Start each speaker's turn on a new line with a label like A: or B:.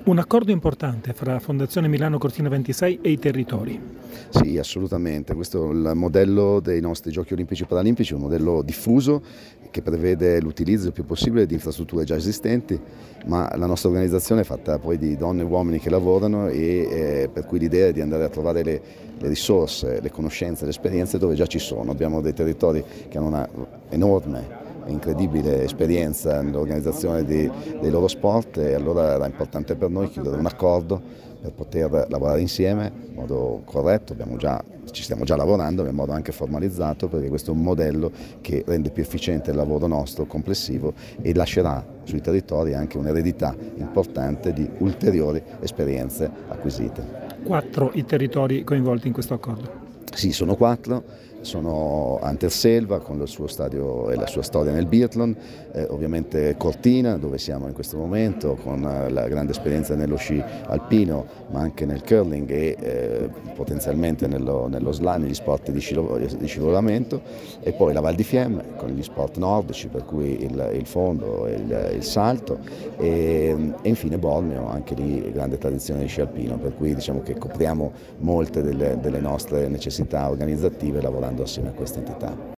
A: Un accordo importante fra Fondazione Milano Cortina 26 e i territori.
B: Sì, assolutamente. Questo è il modello dei nostri Giochi Olimpici e Paralimpici, un modello diffuso che prevede l'utilizzo il più possibile di infrastrutture già esistenti, ma la nostra organizzazione è fatta poi di donne e uomini che lavorano e per cui l'idea è di andare a trovare le risorse, le conoscenze, le esperienze dove già ci sono. Abbiamo dei territori che hanno una enorme incredibile esperienza nell'organizzazione dei loro sport e allora era importante per noi chiudere un accordo per poter lavorare insieme in modo corretto. Ci stiamo già lavorando in modo anche formalizzato, perché questo è un modello che rende più efficiente il lavoro nostro complessivo e lascerà sui territori anche un'eredità importante di ulteriori esperienze acquisite.
A: 4 i territori coinvolti in questo accordo.
B: Sì, sono 4. Sono Anterselva con il suo stadio e la sua storia nel biathlon, ovviamente Cortina dove siamo in questo momento con la grande esperienza nello sci alpino ma anche nel curling e potenzialmente nello slalom, negli sport di scivolamento, e poi la Val di Fiemme con gli sport nordici per cui il fondo e il salto e infine Bormio, anche lì grande tradizione di sci alpino, per cui diciamo che copriamo molte delle nostre necessità organizzative lavorando assieme a questa entità.